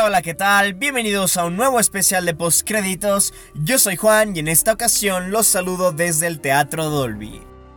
Hola, hola, ¿qué tal? Bienvenidos a un nuevo especial de postcréditos. Yo soy Juan y en esta ocasión los saludo desde el Teatro Dolby.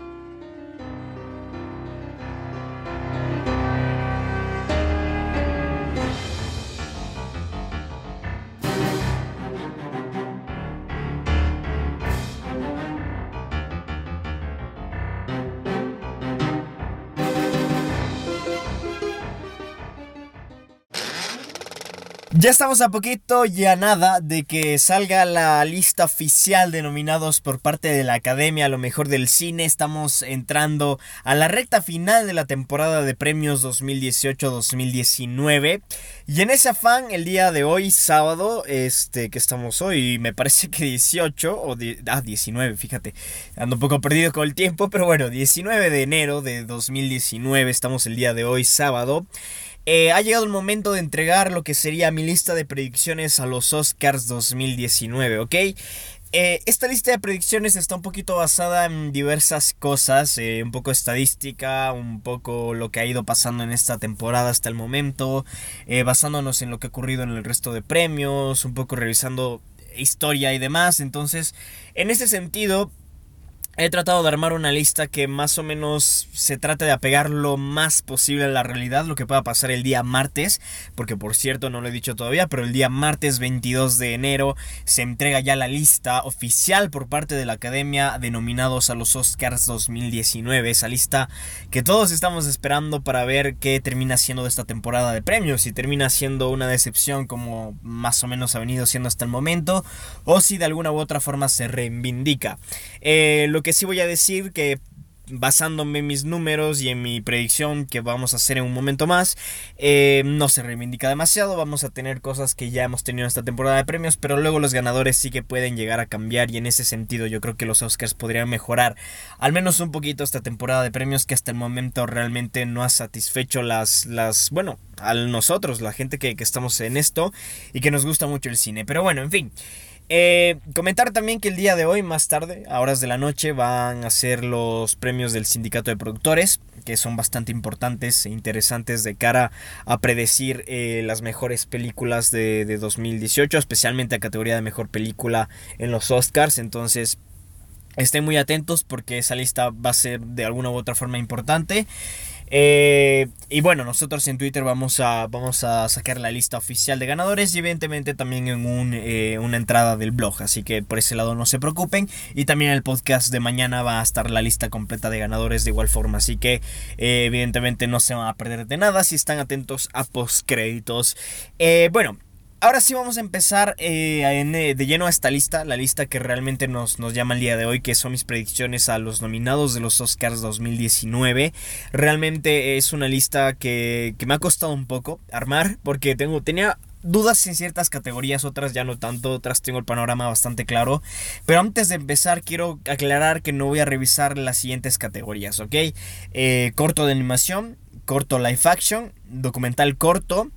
Ya estamos a poquito y a nada de que salga la lista oficial de nominados por parte de la Academia a lo mejor del cine. Estamos entrando a la recta final de la temporada de premios 2018-2019. Y en ese afán, el día de hoy, sábado, que estamos hoy, me parece que 18 o 19, fíjate. Ando un poco perdido con el tiempo, pero bueno, 19 de enero de 2019, estamos el día de hoy, sábado. Ha llegado el momento de entregar lo que sería mi lista de predicciones a los Oscars 2019, ¿ok? Esta lista de predicciones está un poquito basada en diversas cosas, un poco estadística, un poco lo que ha ido pasando en esta temporada hasta el momento, basándonos en lo que ha ocurrido en el resto de premios, un poco revisando historia y demás. Entonces, en ese sentido, he tratado de armar una lista que más o menos se trate de apegar lo más posible a la realidad, lo que pueda pasar el día martes, porque por cierto no lo he dicho todavía, pero el día martes 22 de enero se entrega ya la lista oficial por parte de la Academia de nominados a los Oscars 2019, esa lista que todos estamos esperando para ver qué termina siendo de esta temporada de premios, si termina siendo una decepción como más o menos ha venido siendo hasta el momento, o si de alguna u otra forma se reivindica. Lo que sí voy a decir que basándome en mis números y en mi predicción que vamos a hacer en un momento más, no se reivindica demasiado. Vamos a tener cosas que ya hemos tenido en esta temporada de premios, pero luego los ganadores sí que pueden llegar a cambiar, y en ese sentido yo creo que los Oscars podrían mejorar al menos un poquito esta temporada de premios, que hasta el momento realmente no ha satisfecho bueno, a nosotros, la gente que estamos en esto y que nos gusta mucho el cine. Pero bueno, en fin. Comentar también que el día de hoy, más tarde, a horas de la noche, van a ser los premios del Sindicato de Productores, que son bastante importantes e interesantes de cara a predecir las mejores películas de 2018, especialmente a categoría de mejor película en los Oscars. Entonces, estén muy atentos porque esa lista va a ser de alguna u otra forma importante. Y bueno, nosotros en Twitter vamos a sacar la lista oficial de ganadores, y evidentemente también en una entrada del blog, así que por ese lado no se preocupen. Y también en el podcast de mañana va a estar la lista completa de ganadores de igual forma, así que evidentemente no se van a perder de nada si están atentos a postcréditos. Bueno, ahora sí vamos a empezar de lleno a esta lista, la lista que realmente nos llama el día de hoy, que son mis predicciones a los nominados de los Oscars 2019. Realmente es una lista que me ha costado un poco armar, porque tenía dudas en ciertas categorías, otras ya no tanto, otras tengo el panorama bastante claro. Pero antes de empezar quiero aclarar que no voy a revisar las siguientes categorías, ¿ok? Corto de animación, corto live action, documental corto,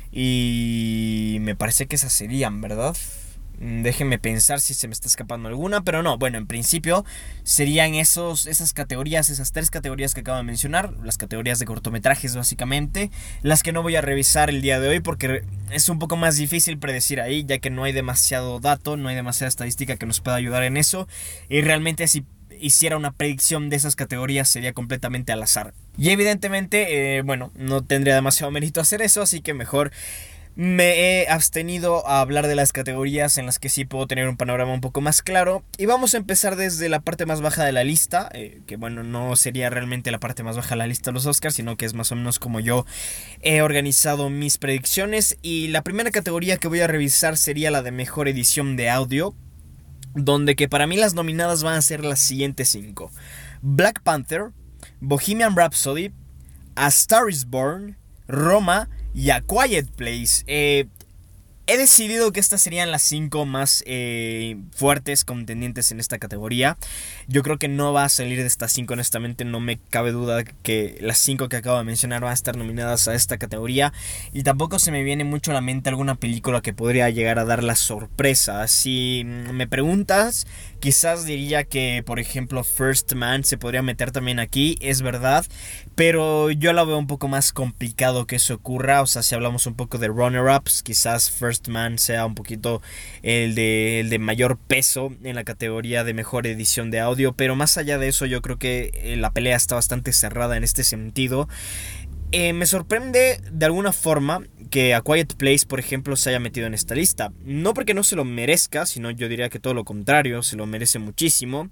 y me parece que esas serían, ¿verdad? Déjenme pensar si se me está escapando alguna, pero no. Bueno, en principio serían esas categorías, esas tres categorías que acabo de mencionar, las categorías de cortometrajes básicamente, las que no voy a revisar el día de hoy porque es un poco más difícil predecir ahí, ya que no hay demasiado dato, no hay demasiada estadística que nos pueda ayudar en eso, y realmente si hiciera una predicción de esas categorías sería completamente al azar. Y evidentemente, bueno, no tendría demasiado mérito hacer eso, así que mejor me he abstenido a hablar de las categorías en las que sí puedo tener un panorama un poco más claro. Y vamos a empezar desde la parte más baja de la lista, que bueno, no sería realmente la parte más baja de la lista de los Oscars, sino que es más o menos como yo he organizado mis predicciones. Y la primera categoría que voy a revisar sería la de mejor edición de audio, donde que para mí las nominadas van a ser las siguientes 5: Black Panther, Bohemian Rhapsody, A Star is Born, Roma y A Quiet Place. He decidido que estas serían las 5 más fuertes contendientes en esta categoría. Yo creo que no va a salir de estas 5, honestamente. No me cabe duda que las 5 que acabo de mencionar van a estar nominadas a esta categoría. Y tampoco se me viene mucho a la mente alguna película que podría llegar a dar la sorpresa. Si me preguntas, quizás diría que, por ejemplo, First Man se podría meter también aquí, es verdad. Pero yo la veo un poco más complicado que eso ocurra. O sea, si hablamos un poco de runner-ups, quizás First Man sea un poquito el de mayor peso en la categoría de mejor edición de audio. Pero más allá de eso, yo creo que la pelea está bastante cerrada en este sentido. Me sorprende de alguna forma que A Quiet Place, por ejemplo, se haya metido en esta lista. No porque no se lo merezca, sino yo diría que todo lo contrario, se lo merece muchísimo.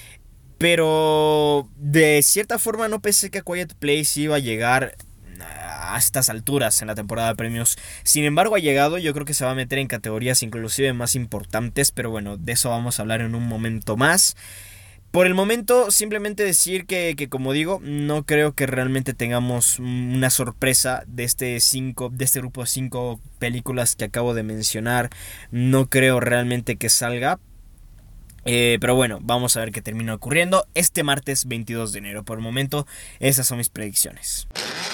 Pero de cierta forma no pensé que A Quiet Place iba a llegar a estas alturas en la temporada de premios. Sin embargo ha llegado, yo creo que se va a meter en categorías inclusive más importantes, pero bueno, de eso vamos a hablar en un momento más. Por el momento, simplemente decir que como digo, no creo que realmente tengamos una sorpresa de este grupo de 5 películas que acabo de mencionar. No creo realmente que salga. Pero bueno, vamos a ver qué termina ocurriendo este martes 22 de enero. Por el momento, esas son mis predicciones.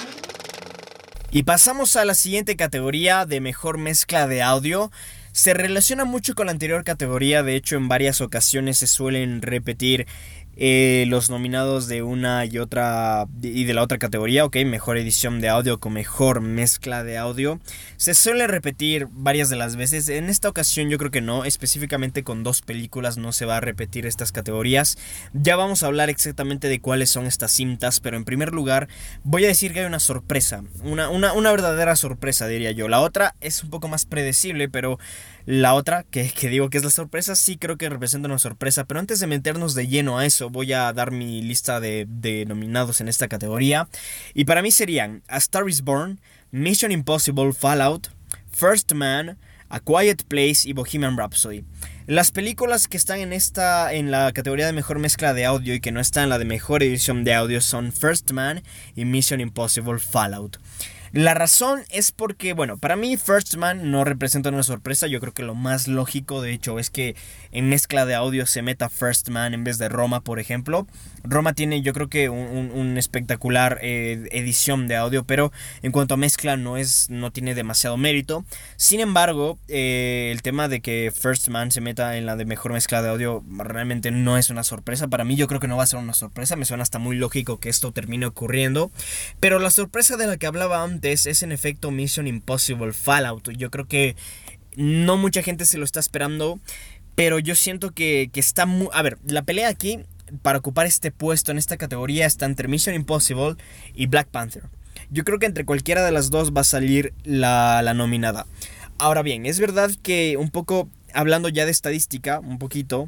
Y pasamos a la siguiente categoría de mejor mezcla de audio. Se relaciona mucho con la anterior categoría, de hecho en varias ocasiones se suelen repetir los nominados de una y otra y de la otra categoría, ok, mejor edición de audio con mejor mezcla de audio. Se suele repetir varias de las veces. En esta ocasión yo creo que no, específicamente con 2 películas no se va a repetir estas categorías. Ya vamos a hablar exactamente de cuáles son estas cintas, pero en primer lugar voy a decir que hay una sorpresa, una verdadera sorpresa diría yo. La otra es un poco más predecible, pero la otra, que digo que es la sorpresa, sí creo que representa una sorpresa. Pero antes de meternos de lleno a eso, voy a dar mi lista de nominados en esta categoría. Y para mí serían A Star is Born, Mission Impossible Fallout, First Man, A Quiet Place y Bohemian Rhapsody. Las películas que están en la categoría de mejor mezcla de audio y que no están en la de mejor edición de audio son First Man y Mission Impossible Fallout. La razón es porque, bueno, para mí First Man no representa una sorpresa. Yo creo que lo más lógico, de hecho, es que en mezcla de audio se meta First Man en vez de Roma, por ejemplo. Roma tiene, yo creo que un espectacular edición de audio, pero en cuanto a mezcla no tiene demasiado mérito. Sin embargo, el tema de que First Man se meta en la de mejor mezcla de audio realmente no es una sorpresa. Para mí yo creo que no va a ser una sorpresa. Me suena hasta muy lógico que esto termine ocurriendo. Pero la sorpresa de la que hablaba antes es en efecto Mission Impossible Fallout. Yo creo que no mucha gente se lo está esperando, pero yo siento que está muy... A ver, la pelea aquí para ocupar este puesto en esta categoría está entre Mission Impossible y Black Panther. Yo creo que entre cualquiera de las dos va a salir la nominada. Ahora bien, es verdad que un poco, hablando ya de estadística, un poquito...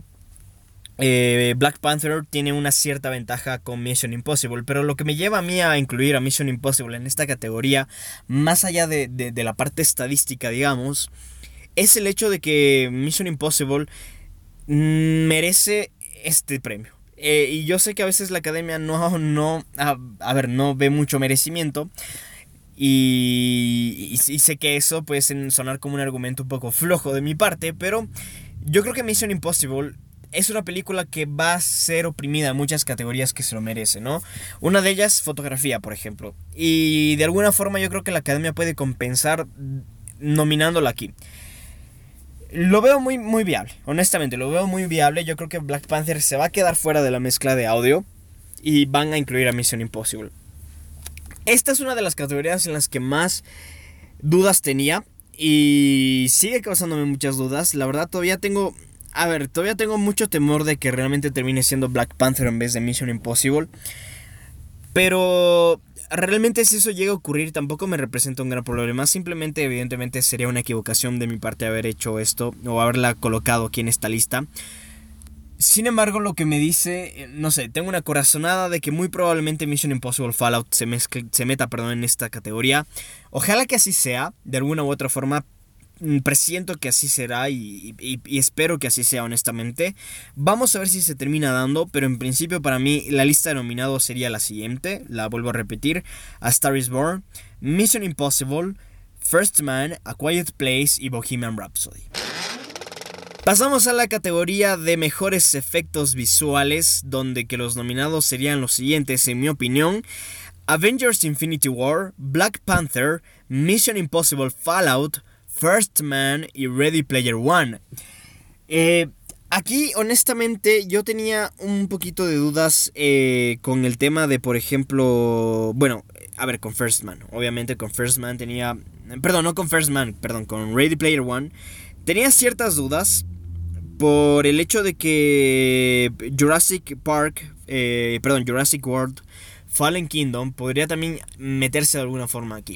Black Panther tiene una cierta ventaja con Mission Impossible, pero lo que me lleva a mí a incluir a Mission Impossible en esta categoría, más allá de la parte estadística, digamos, es el hecho de que Mission Impossible merece este premio. Y yo sé que a veces la academia no ve mucho merecimiento. Y sé que eso puede sonar como un argumento un poco flojo de mi parte, pero yo creo que Mission Impossible es una película que va a ser oprimida en muchas categorías que se lo merece, ¿no? Una de ellas, fotografía, por ejemplo. Y de alguna forma yo creo que la academia puede compensar nominándola aquí. Lo veo muy, muy viable, honestamente, lo veo muy viable. Yo creo que Black Panther se va a quedar fuera de la mezcla de audio y van a incluir a Mission Impossible. Esta es una de las categorías en las que más dudas tenía y sigue causándome muchas dudas. La verdad todavía tengo mucho temor de que realmente termine siendo Black Panther en vez de Mission Impossible. Pero realmente si eso llega a ocurrir tampoco me representa un gran problema. Simplemente, evidentemente, sería una equivocación de mi parte haber hecho esto o haberla colocado aquí en esta lista. Sin embargo, lo que me dice, no sé, tengo una corazonada de que muy probablemente Mission Impossible Fallout se meta en esta categoría. Ojalá que así sea, de alguna u otra forma. Presiento que así será y espero que así sea, honestamente. Vamos a ver si se termina dando, pero en principio para mí la lista de nominados sería la siguiente. La vuelvo a repetir: A Star is Born, Mission Impossible, First Man, A Quiet Place y Bohemian Rhapsody. Pasamos a la categoría de mejores efectos visuales, donde que los nominados serían los siguientes, en mi opinión: Avengers Infinity War, Black Panther, Mission Impossible Fallout, First Man y Ready Player One. Aquí, honestamente, yo tenía un poquito de dudas con el tema de, por ejemplo, bueno, a ver, con First Man. Obviamente con First Man tenía... Perdón, no con First Man, perdón, con Ready Player One. Tenía ciertas dudas por el hecho de que Jurassic World Fallen Kingdom podría también meterse de alguna forma aquí.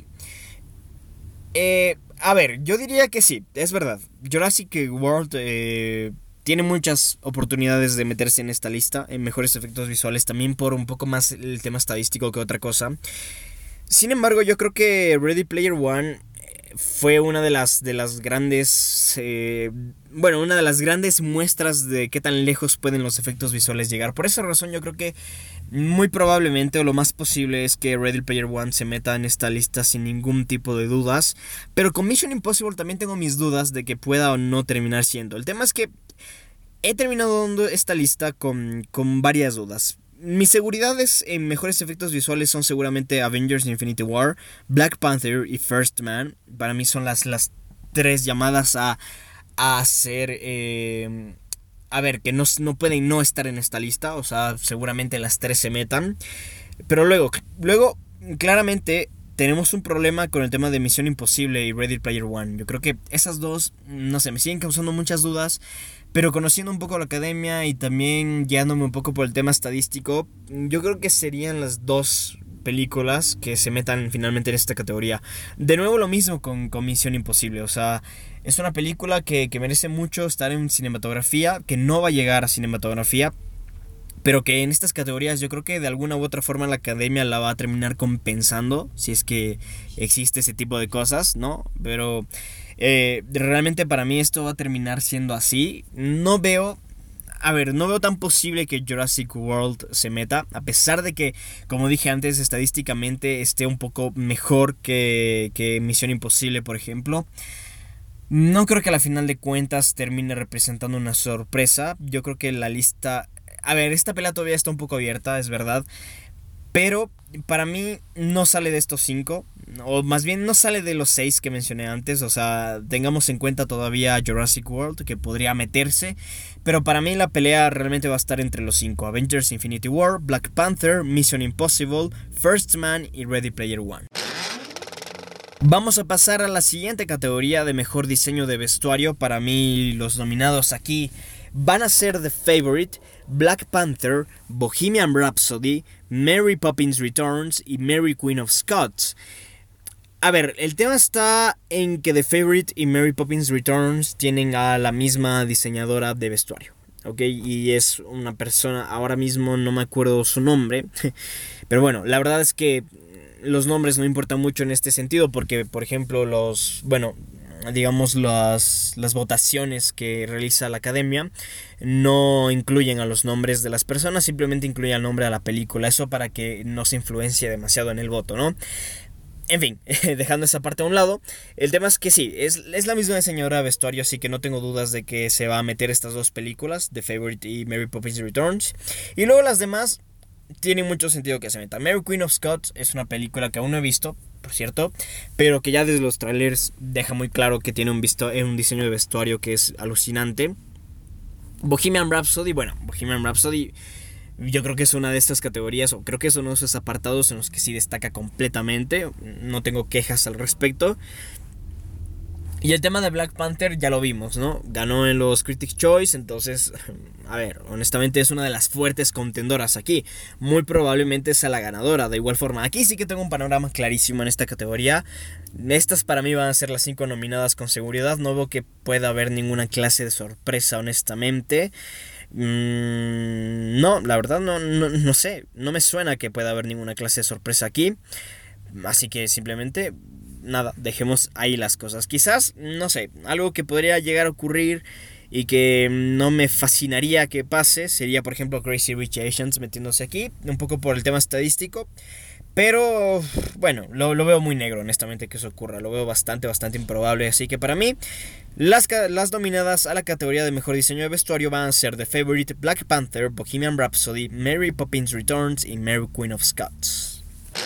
A ver, yo diría que sí, es verdad. Jurassic World tiene muchas oportunidades de meterse en esta lista, en mejores efectos visuales, también por un poco más el tema estadístico que otra cosa. Sin embargo, yo creo que Ready Player One fue una de las grandes... una de las grandes muestras de qué tan lejos pueden los efectos visuales llegar. Por esa razón yo creo que muy probablemente, o lo más posible, es que Ready Player One se meta en esta lista sin ningún tipo de dudas. Pero con Mission Impossible también tengo mis dudas de que pueda o no terminar siendo. El tema es que he terminado dando esta lista con varias dudas. Mis seguridades en mejores efectos visuales son seguramente Avengers Infinity War, Black Panther y First Man. Para mí son las tres llamadas a hacer... a ver, que no pueden no estar en esta lista. O sea, seguramente las tres se metan. Pero luego claramente tenemos un problema con el tema de Misión Imposible y Ready Player One. Yo creo que esas dos, no sé, me siguen causando muchas dudas. Pero conociendo un poco la academia y también guiándome un poco por el tema estadístico, yo creo que serían las dos películas que se metan finalmente en esta categoría. De nuevo lo mismo con Misión Imposible. O sea, es una película que merece mucho estar en cinematografía, que no va a llegar a cinematografía, pero que en estas categorías yo creo que de alguna u otra forma la academia la va a terminar compensando, si es que existe ese tipo de cosas, ¿no? Pero... realmente para mí esto va a terminar siendo así. No veo tan posible que Jurassic World se meta, a pesar de que, como dije antes, estadísticamente esté un poco mejor que Misión Imposible, por ejemplo. No creo que a la final de cuentas termine representando una sorpresa. Yo creo que la lista... A ver, esta pelea todavía está un poco abierta, es verdad, pero para mí no sale de estos 5, o más bien no sale de los 6 que mencioné antes. O sea, tengamos en cuenta todavía Jurassic World, que podría meterse, pero para mí la pelea realmente va a estar entre los 5: Avengers Infinity War, Black Panther, Mission Impossible, First Man y Ready Player One. Vamos a pasar a la siguiente categoría de mejor diseño de vestuario. Para mí los nominados aquí van a ser The Favourite, Black Panther, Bohemian Rhapsody, Mary Poppins Returns y Mary Queen of Scots. A ver, el tema está en que The Favourite y Mary Poppins Returns tienen a la misma diseñadora de vestuario, ¿ok? Y es una persona, ahora mismo no me acuerdo su nombre, pero bueno, la verdad es que los nombres no importan mucho en este sentido, porque, por ejemplo, las votaciones que realiza la academia no incluyen a los nombres de las personas, simplemente incluye el nombre a la película. Eso para que no se influencie demasiado en el voto, ¿no? En fin, dejando esa parte a un lado, el tema es que sí, es la misma diseñadora de vestuario, así que no tengo dudas de que se va a meter estas dos películas, The Favourite y Mary Poppins Returns. Y luego las demás tiene mucho sentido que se meta. Mary Queen of Scots es una película que aún no he visto, por cierto, pero que ya desde los trailers deja muy claro que tiene un diseño de vestuario que es alucinante. Bohemian Rhapsody yo creo que es una de estas categorías, o creo que es uno de esos apartados en los que sí destaca completamente. No tengo quejas al respecto. Y el tema de Black Panther ya lo vimos, ¿no? Ganó en los Critics' Choice, entonces, a ver, honestamente es una de las fuertes contendoras aquí. Muy probablemente sea la ganadora. De igual forma, aquí sí que tengo un panorama clarísimo en esta categoría. Estas para mí van a ser las 5 nominadas con seguridad. No veo que pueda haber ninguna clase de sorpresa, honestamente. No, la verdad no sé. No me suena que pueda haber ninguna clase de sorpresa aquí. Así que simplemente... nada, dejemos ahí las cosas. Quizás, no sé, algo que podría llegar a ocurrir y que no me fascinaría que pase sería, por ejemplo, Crazy Rich Asians metiéndose aquí, un poco por el tema estadístico. Pero bueno, lo veo muy negro, honestamente, que eso ocurra. Lo veo bastante improbable. Así que para mí, las nominadas a la categoría de mejor diseño de vestuario van a ser The Favourite, Black Panther, Bohemian Rhapsody, Mary Poppins Returns y Mary Queen of Scots.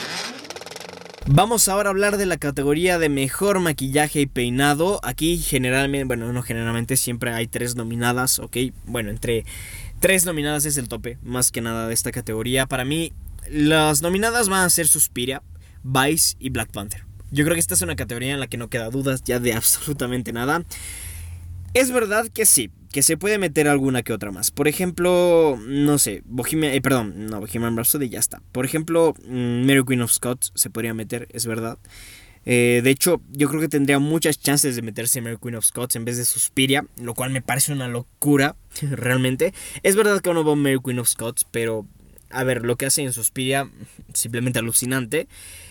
Vamos ahora a hablar de la categoría de mejor maquillaje y peinado. Aquí generalmente, bueno, no generalmente, siempre hay 3 nominadas, ¿ok? Bueno, entre 3 nominadas es el tope, más que nada de esta categoría. Para mí, las nominadas van a ser Suspiria, Vice y Black Panther. Yo creo que esta es una categoría en la que no queda dudas ya de absolutamente nada. Es verdad que sí, que se puede meter alguna que otra más. Por ejemplo, no sé, Bohemian Rhapsody ya está. Por ejemplo, Mary Queen of Scots se podría meter, es verdad. De hecho, yo creo que tendría muchas chances de meterse Mary Queen of Scots en vez de Suspiria, lo cual me parece una locura, realmente. Es verdad que no veo Mary Queen of Scots, pero a ver, lo que hace en Suspiria, simplemente alucinante.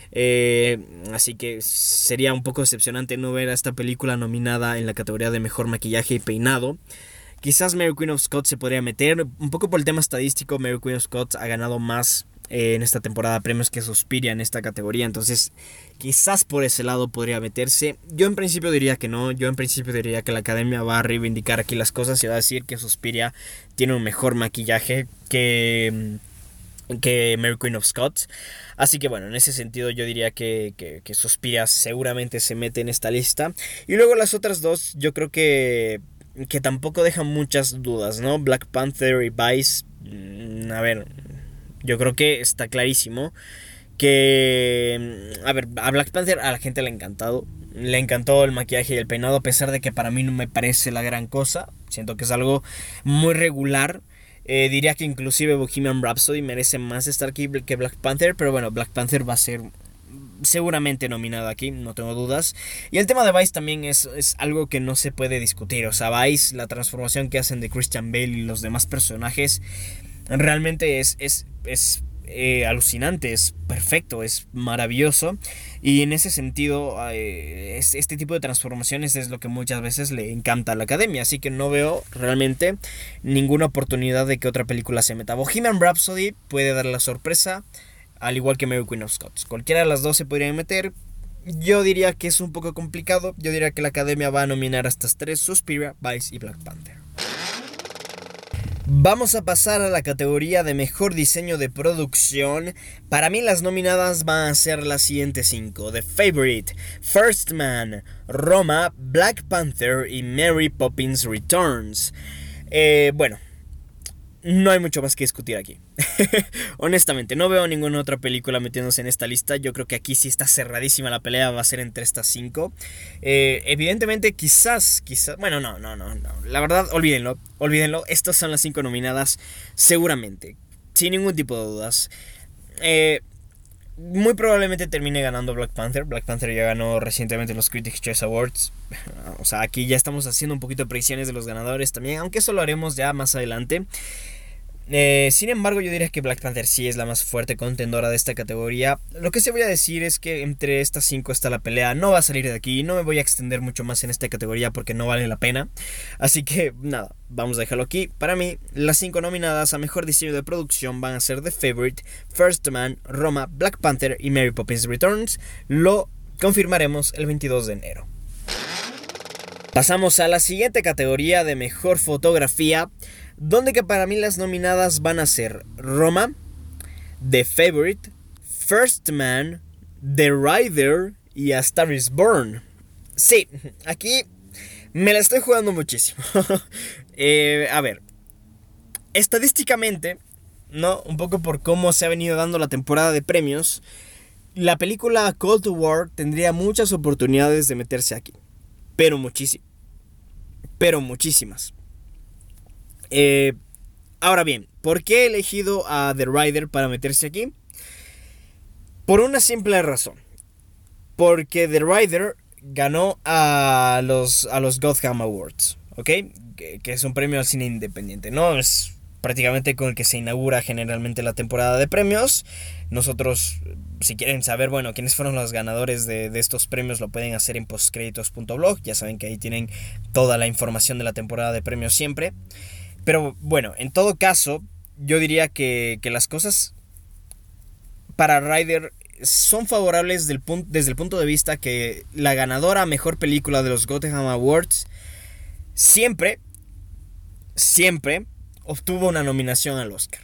Así que sería un poco decepcionante no ver a esta película nominada en la categoría de mejor maquillaje y peinado. Quizás Mary Queen of Scots se podría meter, un poco por el tema estadístico. Mary Queen of Scots ha ganado más en esta temporada premios que Suspiria en esta categoría, entonces quizás por ese lado podría meterse. Yo en principio diría que no, yo en principio diría que la academia va a reivindicar aquí las cosas y va a decir que Suspiria tiene un mejor maquillaje que Mary Queen of Scots. Así que bueno, en ese sentido yo diría que Suspiria seguramente se mete en esta lista. Y luego las otras dos yo creo que tampoco dejan muchas dudas, ¿no? Black Panther y Vice, a ver, yo creo que está clarísimo que, a ver, a Black Panther a la gente le ha encantado. Le encantó el maquillaje y el peinado, a pesar de que para mí no me parece la gran cosa. Siento que es algo muy regular. Diría que inclusive Bohemian Rhapsody merece más estar aquí que Black Panther. Pero bueno, Black Panther va a ser seguramente nominada aquí, no tengo dudas. Y el tema de Vice también es algo que no se puede discutir. O sea, Vice, la transformación que hacen de Christian Bale y los demás personajes, realmente es alucinante, es perfecto, es maravilloso. Y en ese sentido, este tipo de transformaciones es lo que muchas veces le encanta a la academia. Así que no veo realmente ninguna oportunidad de que otra película se meta. Bohemian Rhapsody puede dar la sorpresa, al igual que Mary Queen of Scots. Cualquiera de las dos se podría meter. Yo diría que es un poco complicado. Yo diría que la academia va a nominar a estas 3: Suspiria, Vice y Black Panther. Vamos a pasar a la categoría de mejor diseño de producción. Para mí las nominadas van a ser las siguientes 5: The Favourite, First Man, Roma, Black Panther y Mary Poppins Returns. Bueno, no hay mucho más que discutir aquí. Honestamente, no veo ninguna otra película metiéndose en esta lista. Yo creo que aquí sí está cerradísima la pelea. Va a ser entre estas 5. Evidentemente, quizás. Bueno, no. La verdad, olvídenlo. Estas son las 5 nominadas. Seguramente. Sin ningún tipo de dudas. Muy probablemente termine ganando Black Panther. Black Panther ya ganó recientemente los Critics' Choice Awards. O sea, aquí ya estamos haciendo un poquito de predicciones de los ganadores también, aunque eso lo haremos ya más adelante. Sin embargo, yo diría que Black Panther sí es la más fuerte contendora de esta categoría. Lo que sí voy a decir es que entre estas 5 está la pelea. No va a salir de aquí. No me voy a extender mucho más en esta categoría porque no vale la pena. Así que nada, vamos a dejarlo aquí. Para mí, las 5 nominadas a mejor diseño de producción van a ser The Favourite, First Man, Roma, Black Panther y Mary Poppins Returns. Lo confirmaremos el 22 de enero. Pasamos a la siguiente categoría de mejor fotografía, donde que para mí las nominadas van a ser Roma, The Favourite, First Man, The Rider y A Star Is Born. Sí, aquí me la estoy jugando muchísimo. A ver, estadísticamente, ¿no? Un poco por cómo se ha venido dando la temporada de premios, la película Call to War tendría muchas oportunidades de meterse aquí. Pero muchísimas. Ahora bien, ¿por qué he elegido a The Rider para meterse aquí? Por una simple razón. Porque The Rider ganó a los Gotham Awards, ¿ok? Que es un premio al cine independiente, ¿no? Es prácticamente con el que se inaugura generalmente la temporada de premios. Nosotros, si quieren saber, bueno, quiénes fueron los ganadores de estos premios, lo pueden hacer en postcreditos.blog. Ya saben que ahí tienen toda la información de la temporada de premios siempre. Pero bueno, en todo caso, yo diría que las cosas para Rider son favorables desde el punto de vista que la ganadora a mejor película de los Gotham Awards siempre obtuvo una nominación al Oscar.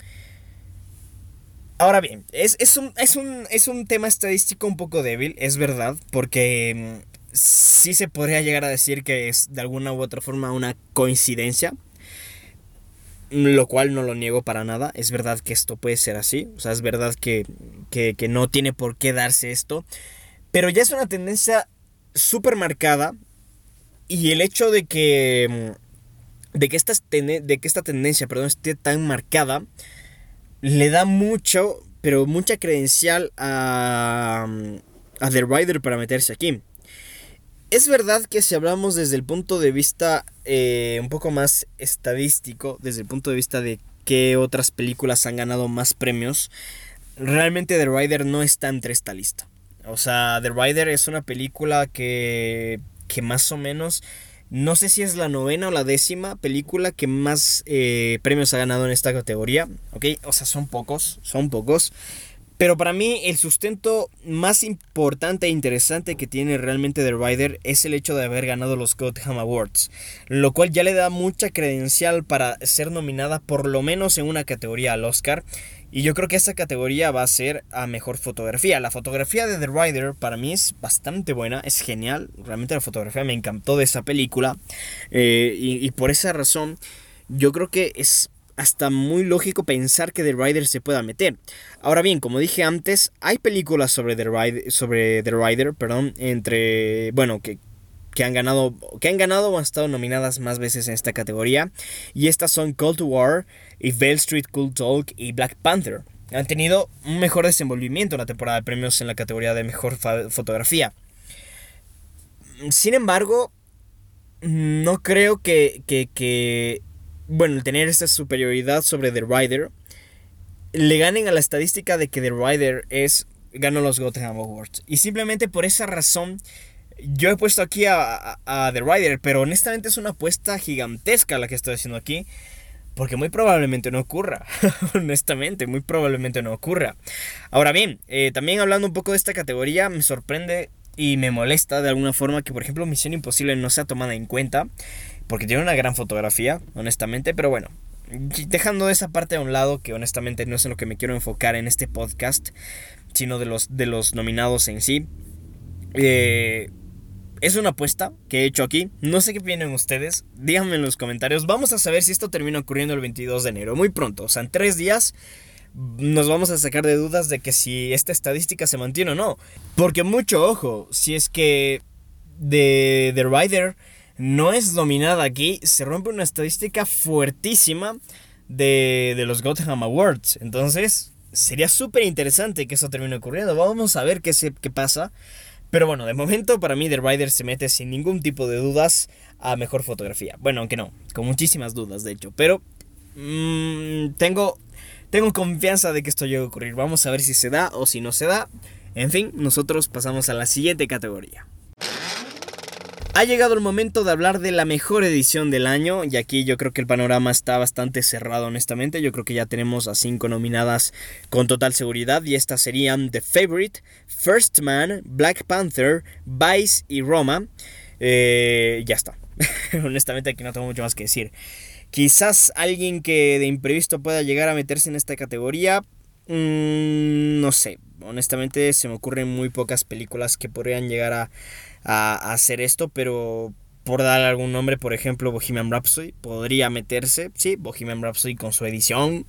Ahora bien, es un tema estadístico un poco débil, es verdad, porque sí se podría llegar a decir que es de alguna u otra forma una coincidencia, lo cual no lo niego para nada. Es verdad que esto puede ser así, o sea, es verdad que no tiene por qué darse esto, pero ya es una tendencia súper marcada, y el hecho de que esta tendencia, perdón, esté tan marcada, le da mucha credencial a The Rider para meterse aquí. Es verdad que si hablamos desde el punto de vista un poco más estadístico, desde el punto de vista de qué otras películas han ganado más premios, realmente The Rider no está entre esta lista. O sea, The Rider es una película que más o menos, no sé si es la 9ª o la 10ª película que más premios ha ganado en esta categoría, ¿ok? O sea, son pocos. Pero para mí el sustento más importante e interesante que tiene realmente The Rider es el hecho de haber ganado los Gotham Awards, lo cual ya le da mucha credencial para ser nominada por lo menos en una categoría al Oscar. Y yo creo que esta categoría va a ser a mejor fotografía. La fotografía de The Rider para mí es bastante buena, es genial. Realmente la fotografía me encantó de esa película. Y por esa razón yo creo que es hasta muy lógico pensar que The Rider se pueda meter. Ahora bien, como dije antes, hay películas sobre The Rider, que han ganado o han estado nominadas más veces en esta categoría. Y estas son Call to War, If Beale Street Could Talk y Black Panther. Han tenido un mejor desenvolvimiento en la temporada de premios en la categoría de mejor fotografía. Sin embargo, no creo que el tener esta superioridad sobre The Rider le ganen a la estadística de que The Rider ganó los Gotham Awards. Y simplemente por esa razón yo he puesto aquí a The Rider, pero honestamente es una apuesta gigantesca la que estoy haciendo aquí, porque muy probablemente no ocurra. Honestamente, muy probablemente no ocurra. Ahora bien, también hablando un poco de esta categoría, me sorprende y me molesta de alguna forma que, por ejemplo, Misión Imposible no sea tomada en cuenta, porque tiene una gran fotografía, honestamente. Pero bueno, dejando esa parte a un lado, que honestamente no es en lo que me quiero enfocar en este podcast, sino de los nominados en sí. Es una apuesta que he hecho aquí. No sé qué opinan ustedes. Díganme en los comentarios. Vamos a saber si esto termina ocurriendo el 22 de enero. Muy pronto. O sea, en 3 días nos vamos a sacar de dudas de que si esta estadística se mantiene o no. Porque mucho ojo. Si es que The Rider no es nominada aquí, se rompe una estadística fuertísima de los Gotham Awards. Entonces sería súper interesante que eso termine ocurriendo. Vamos a ver qué pasa. Pero bueno, de momento para mí The Rider se mete sin ningún tipo de dudas a mejor fotografía. Bueno, aunque no, con muchísimas dudas de hecho. Pero tengo confianza de que esto llegue a ocurrir. Vamos a ver si se da o si no se da. En fin, nosotros pasamos a la siguiente categoría. Ha llegado el momento de hablar de la mejor edición del año, y aquí yo creo que el panorama está bastante cerrado, honestamente. Yo creo que ya tenemos a 5 nominadas con total seguridad, y estas serían The Favourite, First Man, Black Panther, Vice y Roma. Ya está. Honestamente aquí no tengo mucho más que decir. Quizás alguien que de imprevisto pueda llegar a meterse en esta categoría, no sé. Honestamente se me ocurren muy pocas películas que podrían llegar a hacer esto, pero por dar algún nombre, por ejemplo, Bohemian Rhapsody podría meterse. Sí, Bohemian Rhapsody con su edición.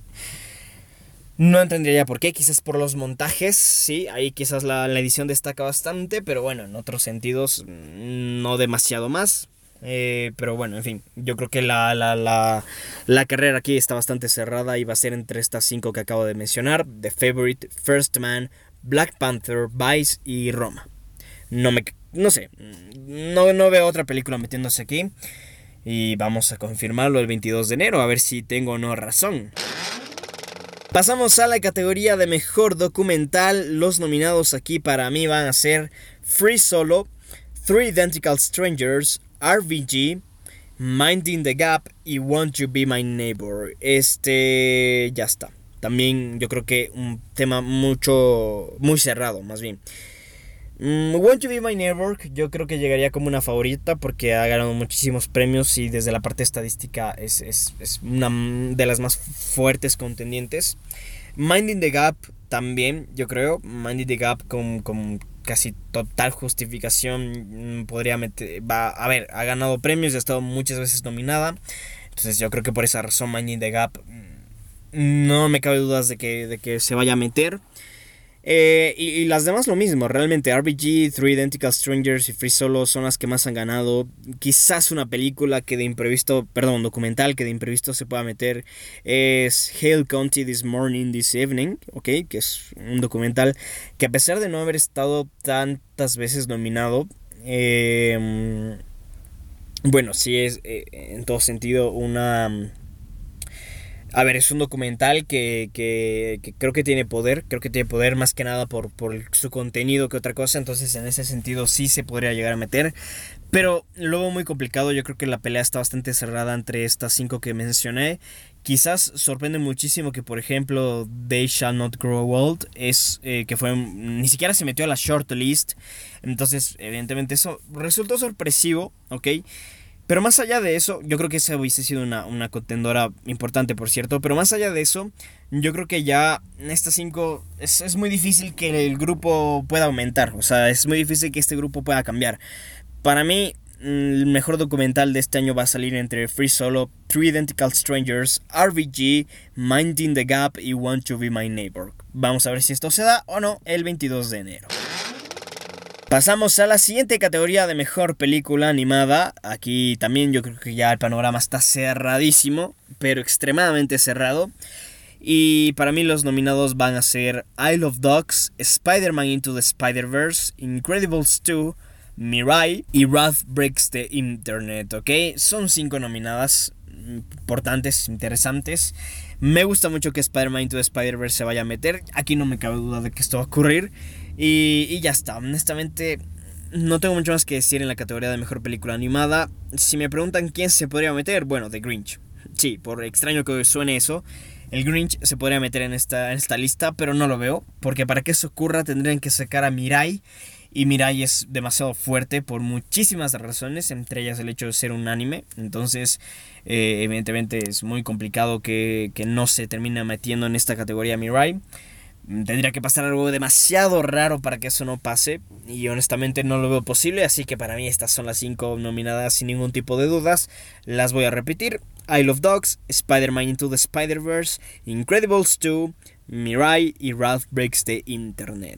No entendería por qué, quizás por los montajes, sí, ahí quizás la edición destaca bastante, pero bueno, en otros sentidos no demasiado más. Pero bueno, en fin, yo creo que la carrera aquí está bastante cerrada y va a ser entre estas 5 que acabo de mencionar: The Favourite, First Man, Black Panther, Vice y Roma. No sé, no veo otra película metiéndose aquí, y vamos a confirmarlo el 22 de enero, a ver si tengo o no razón. Pasamos a la categoría de mejor documental. Los nominados aquí para mí van a ser Free Solo, Three Identical Strangers, RVG, Minding the Gap y Want You Be My Neighbor. Ya está. también yo creo que un tema muy cerrado, más bien. Want to Be My Neighbor, yo creo que llegaría como una favorita porque ha ganado muchísimos premios y desde la parte estadística es una de las más fuertes contendientes. Minding the Gap también, yo creo. Minding the Gap con casi total justificación podría meter... ha ganado premios y ha estado muchas veces nominada. Entonces yo creo que por esa razón Minding the Gap no me cabe dudas de que se vaya a meter. Y las demás lo mismo, realmente RBG, Three Identical Strangers y Free Solo son las que más han ganado. Quizás una película que de imprevisto, documental que de imprevisto se pueda meter es Hale County This Morning, This Evening, ¿ok? Que es un documental que a pesar de no haber estado tantas veces nominado, bueno, sí es en todo sentido una... es un documental que creo que tiene poder. Creo que tiene poder más que nada por su contenido que otra cosa. Entonces en ese sentido sí se podría llegar a meter. Pero lo veo muy complicado. Yo creo que la pelea está bastante cerrada entre estas 5 que mencioné. Quizás sorprende muchísimo que, por ejemplo, They Shall Not Grow Old ni siquiera se metió a la shortlist. Entonces evidentemente eso resultó sorpresivo, ¿ok? Pero más allá de eso, yo creo que esa hubiese sido una contendora importante, por cierto. Pero más allá de eso, yo creo que ya en estas 5 es muy difícil que el grupo pueda aumentar. O sea, es muy difícil que este grupo pueda cambiar. Para mí, el mejor documental de este año va a salir entre Free Solo, Three Identical Strangers, RBG, Minding the Gap y Want to Be My Neighbor. Vamos a ver si esto se da o no el 22 de enero. Pasamos a la siguiente categoría de mejor película animada. Aquí también yo creo que ya el panorama está cerradísimo, pero extremadamente cerrado. Y para mí los nominados van a ser Isle of Dogs, Spider-Man Into the Spider-Verse, Incredibles 2, Mirai y Wrath Breaks the Internet, ¿ok? Son 5 nominadas importantes, interesantes. Me gusta mucho que Spider-Man Into the Spider-Verse se vaya a meter. Aquí no me cabe duda de que esto va a ocurrir. Y ya está, honestamente no tengo mucho más que decir en la categoría de mejor película animada. Si me preguntan quién se podría meter, bueno, The Grinch. Sí, por extraño que suene eso, el Grinch se podría meter en esta lista, pero no lo veo, porque para que eso ocurra tendrían que sacar a Mirai. Y Mirai es demasiado fuerte por muchísimas razones, entre ellas el hecho de ser un anime. Entonces, evidentemente es muy complicado que no se termine metiendo en esta categoría Mirai. Tendría que pasar algo demasiado raro para que eso no pase. Y honestamente no lo veo posible. Así que para mí estas son las 5 nominadas sin ningún tipo de dudas. Las voy a repetir: Isle of Dogs, Spider-Man Into the Spider-Verse, Incredibles 2, Mirai y Ralph Breaks the Internet.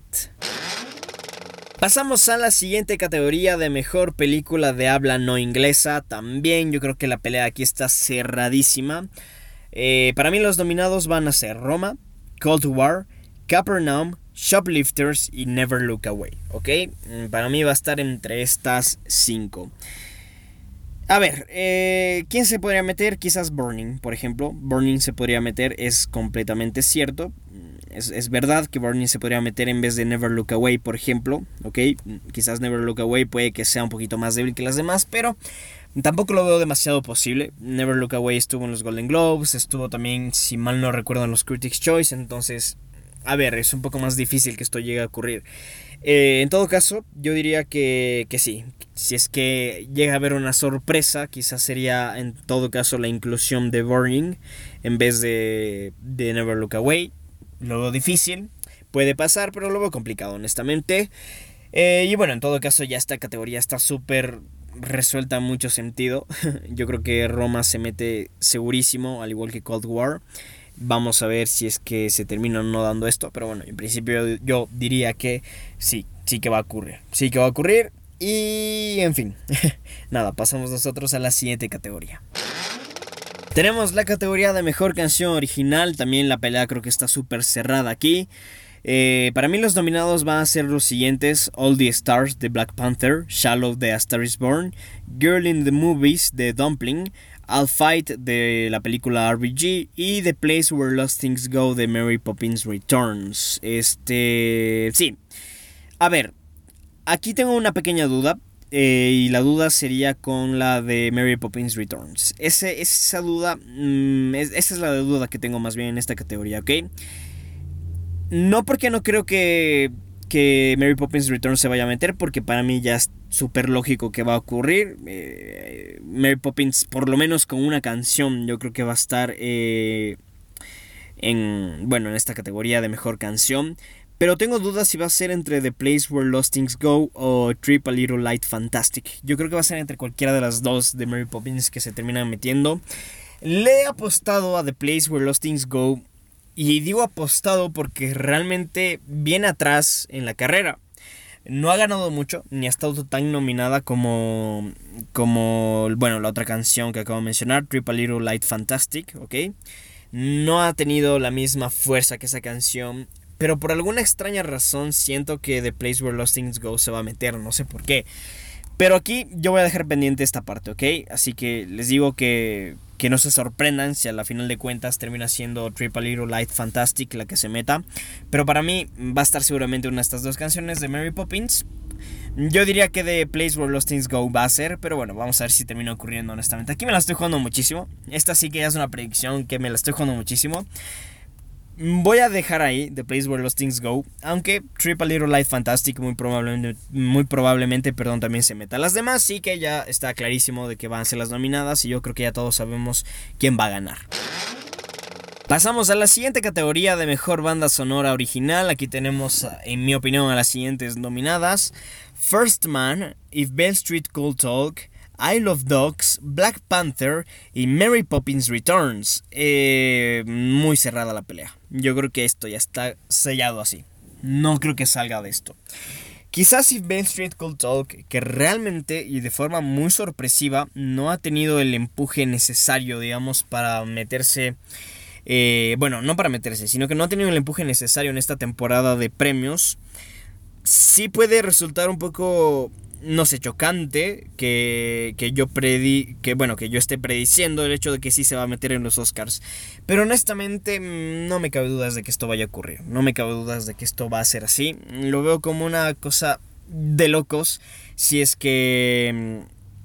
Pasamos a la siguiente categoría de mejor película de habla no inglesa. También yo creo que la pelea aquí está cerradísima. Para mí los nominados van a ser Roma, Cold War, Capernaum, Shoplifters y Never Look Away, ¿ok? Para mí va a estar entre estas 5. A ver, ¿quién se podría meter? Quizás Burning, por ejemplo. Burning se podría meter, es completamente cierto. Es verdad que Burning se podría meter en vez de Never Look Away, por ejemplo, ¿ok? Quizás Never Look Away puede que sea un poquito más débil que las demás, pero tampoco lo veo demasiado posible. Never Look Away estuvo en los Golden Globes, estuvo también, si mal no recuerdo, en los Critics' Choice, entonces... A ver, es un poco más difícil que esto llegue a ocurrir. En todo caso, yo diría que sí. Si es que llega a haber una sorpresa, quizás sería en todo caso la inclusión de Burning en vez de Never Look Away. Lo veo difícil, puede pasar, pero lo veo complicado, honestamente. Y bueno, en todo caso ya esta categoría está súper resuelta en mucho sentido. Yo creo que Roma se mete segurísimo, al igual que Cold War. Vamos a ver si es que se termina o no dando esto. Pero bueno, en principio yo diría que sí que va a ocurrir. Sí que va a ocurrir. Y en fin, nada, pasamos nosotros a la siguiente categoría. Tenemos la categoría de mejor canción original. También la pelea creo que está súper cerrada aquí. Para mí los nominados van a ser los siguientes: All the Stars de Black Panther, Shallow de A Star is Born, Girl in the Movies de Dumpling, I'll Fight de la película RBG y The Place Where Lost Things Go de Mary Poppins Returns. Sí. A ver, aquí tengo una pequeña duda. y la duda sería con la de Mary Poppins Returns. Esa duda, esa es la duda que tengo más bien en esta categoría, ¿ok? No porque no creo que Mary Poppins Returns se vaya a meter, porque para mí ya es súper lógico que va a ocurrir. Mary Poppins, por lo menos con una canción, yo creo que va a estar en esta categoría de mejor canción. Pero tengo dudas si va a ser entre The Place Where Lost Things Go o Trip a Little Light Fantastic. Yo creo que va a ser entre cualquiera de las dos de Mary Poppins que se terminan metiendo. Le he apostado a The Place Where Lost Things Go. Y digo apostado porque realmente viene atrás en la carrera. No ha ganado mucho, ni ha estado tan nominada como la otra canción que acabo de mencionar, Trip a Little Light Fantastic, ¿ok? No ha tenido la misma fuerza que esa canción, pero por alguna extraña razón siento que The Place Where Lost Things Go se va a meter, no sé por qué. Pero aquí yo voy a dejar pendiente esta parte, ¿ok? Así que les digo que no se sorprendan si a la final de cuentas termina siendo Trip a Little Light Fantastic la que se meta. Pero para mí va a estar seguramente una de estas dos canciones de Mary Poppins. Yo diría que The Place Where Lost Things Go va a ser, pero bueno, vamos a ver si termina ocurriendo honestamente. Aquí me la estoy jugando muchísimo. Esta sí que ya es una predicción que me la estoy jugando muchísimo. Voy a dejar ahí The Place Where Lost Things Go, aunque Trip a Little Light Fantastic muy probablemente también se meta. Las demás sí que ya está clarísimo de que van a ser las nominadas y yo creo que ya todos sabemos quién va a ganar. Pasamos a la siguiente categoría de mejor banda sonora original. Aquí tenemos, en mi opinión, a las siguientes nominadas: First Man, If Beale Street Could Talk, Isle of Dogs, Black Panther y Mary Poppins Returns. Muy cerrada la pelea. Yo creo que esto ya está sellado así. No creo que salga de esto. Quizás If Beale Street Could Talk, que realmente y de forma muy sorpresiva no ha tenido el empuje necesario, digamos, para meterse... no para meterse, sino que no ha tenido el empuje necesario en esta temporada de premios. Sí puede resultar un poco, no sé, chocante que yo esté prediciendo el hecho de que sí se va a meter en los Oscars. Pero honestamente no me cabe dudas de que esto vaya a ocurrir. No me cabe dudas de que esto va a ser así. Lo veo como una cosa de locos si es que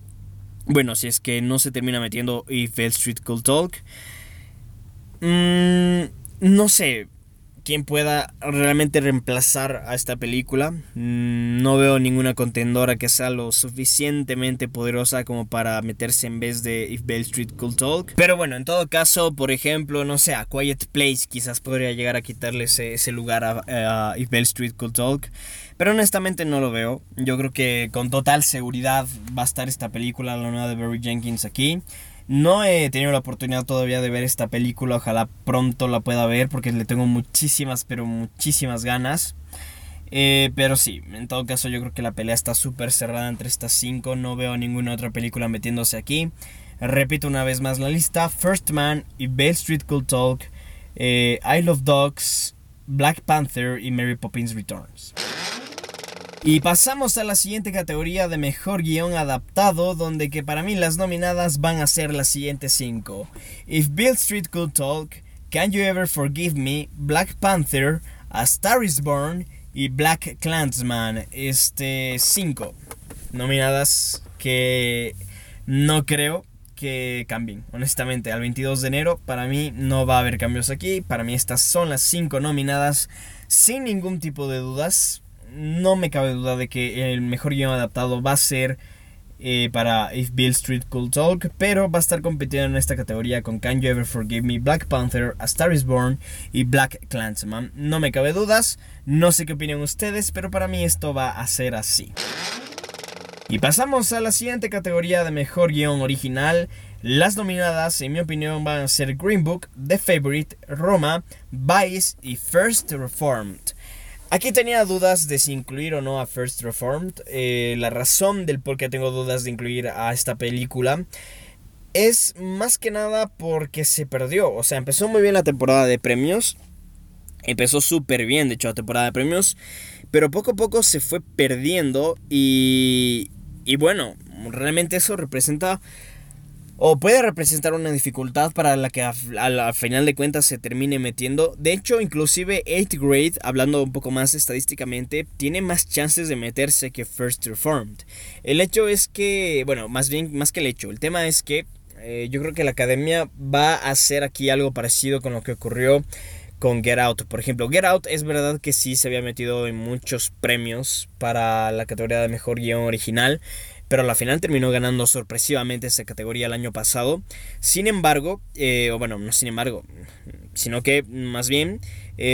no se termina metiendo If Beale Street Could Talk. No sé quién pueda realmente reemplazar a esta película. No veo ninguna contendora que sea lo suficientemente poderosa como para meterse en vez de If Beale Street Could Talk. Pero bueno, en todo caso, por ejemplo, no sé, A Quiet Place quizás podría llegar a quitarle ese lugar a If Beale Street Could Talk. Pero honestamente no lo veo. Yo creo que con total seguridad va a estar esta película, la nueva de Barry Jenkins, aquí. No he tenido la oportunidad todavía de ver esta película. Ojalá pronto la pueda ver porque le tengo muchísimas ganas. Pero sí, en todo caso yo creo que la pelea está súper cerrada entre estas 5. No veo ninguna otra película metiéndose aquí. Repito una vez más la lista: First Man, If Beale Street Could Talk, Isle of Dogs, Black Panther y Mary Poppins Returns. Y pasamos a la siguiente categoría de mejor guión adaptado, donde que para mí las nominadas van a ser las siguientes 5: If Beale Street Could Talk, Can You Ever Forgive Me, Black Panther, A Star Is Born y Black Klansman. 5 nominadas que no creo que cambien, honestamente. Al 22 de enero para mí no va a haber cambios aquí. Para mí estas son las 5 nominadas sin ningún tipo de dudas. No me cabe duda de que el mejor guión adaptado va a ser para If Beale Street Could Talk, pero va a estar compitiendo en esta categoría con Can You Ever Forgive Me, Black Panther, A Star Is Born y Black Klansman. No me cabe dudas, no sé qué opinan ustedes, pero para mí esto va a ser así. Y pasamos a la siguiente categoría de mejor guión original. Las nominadas, en mi opinión, van a ser Green Book, The Favourite, Roma, Vice y First Reformed. Aquí tenía dudas de si incluir o no a First Reformed. La razón del por qué tengo dudas de incluir a esta película es más que nada porque se perdió. O sea, empezó muy bien la temporada de premios. Empezó súper bien, de hecho, la temporada de premios. Pero poco a poco se fue perdiendo. Y bueno, realmente eso representa o puede representar una dificultad para la que al final de cuentas se termine metiendo. De hecho, inclusive 8th grade, hablando un poco más estadísticamente, tiene más chances de meterse que First Reformed. El hecho es que, bueno, más que el hecho, el tema es que yo creo que la academia va a hacer aquí algo parecido con lo que ocurrió con Get Out. Por ejemplo, Get Out es verdad que sí se había metido en muchos premios para la categoría de mejor guión original, pero a la final terminó ganando sorpresivamente esa categoría el año pasado. Sin embargo, o bueno, no sin embargo, sino que más bien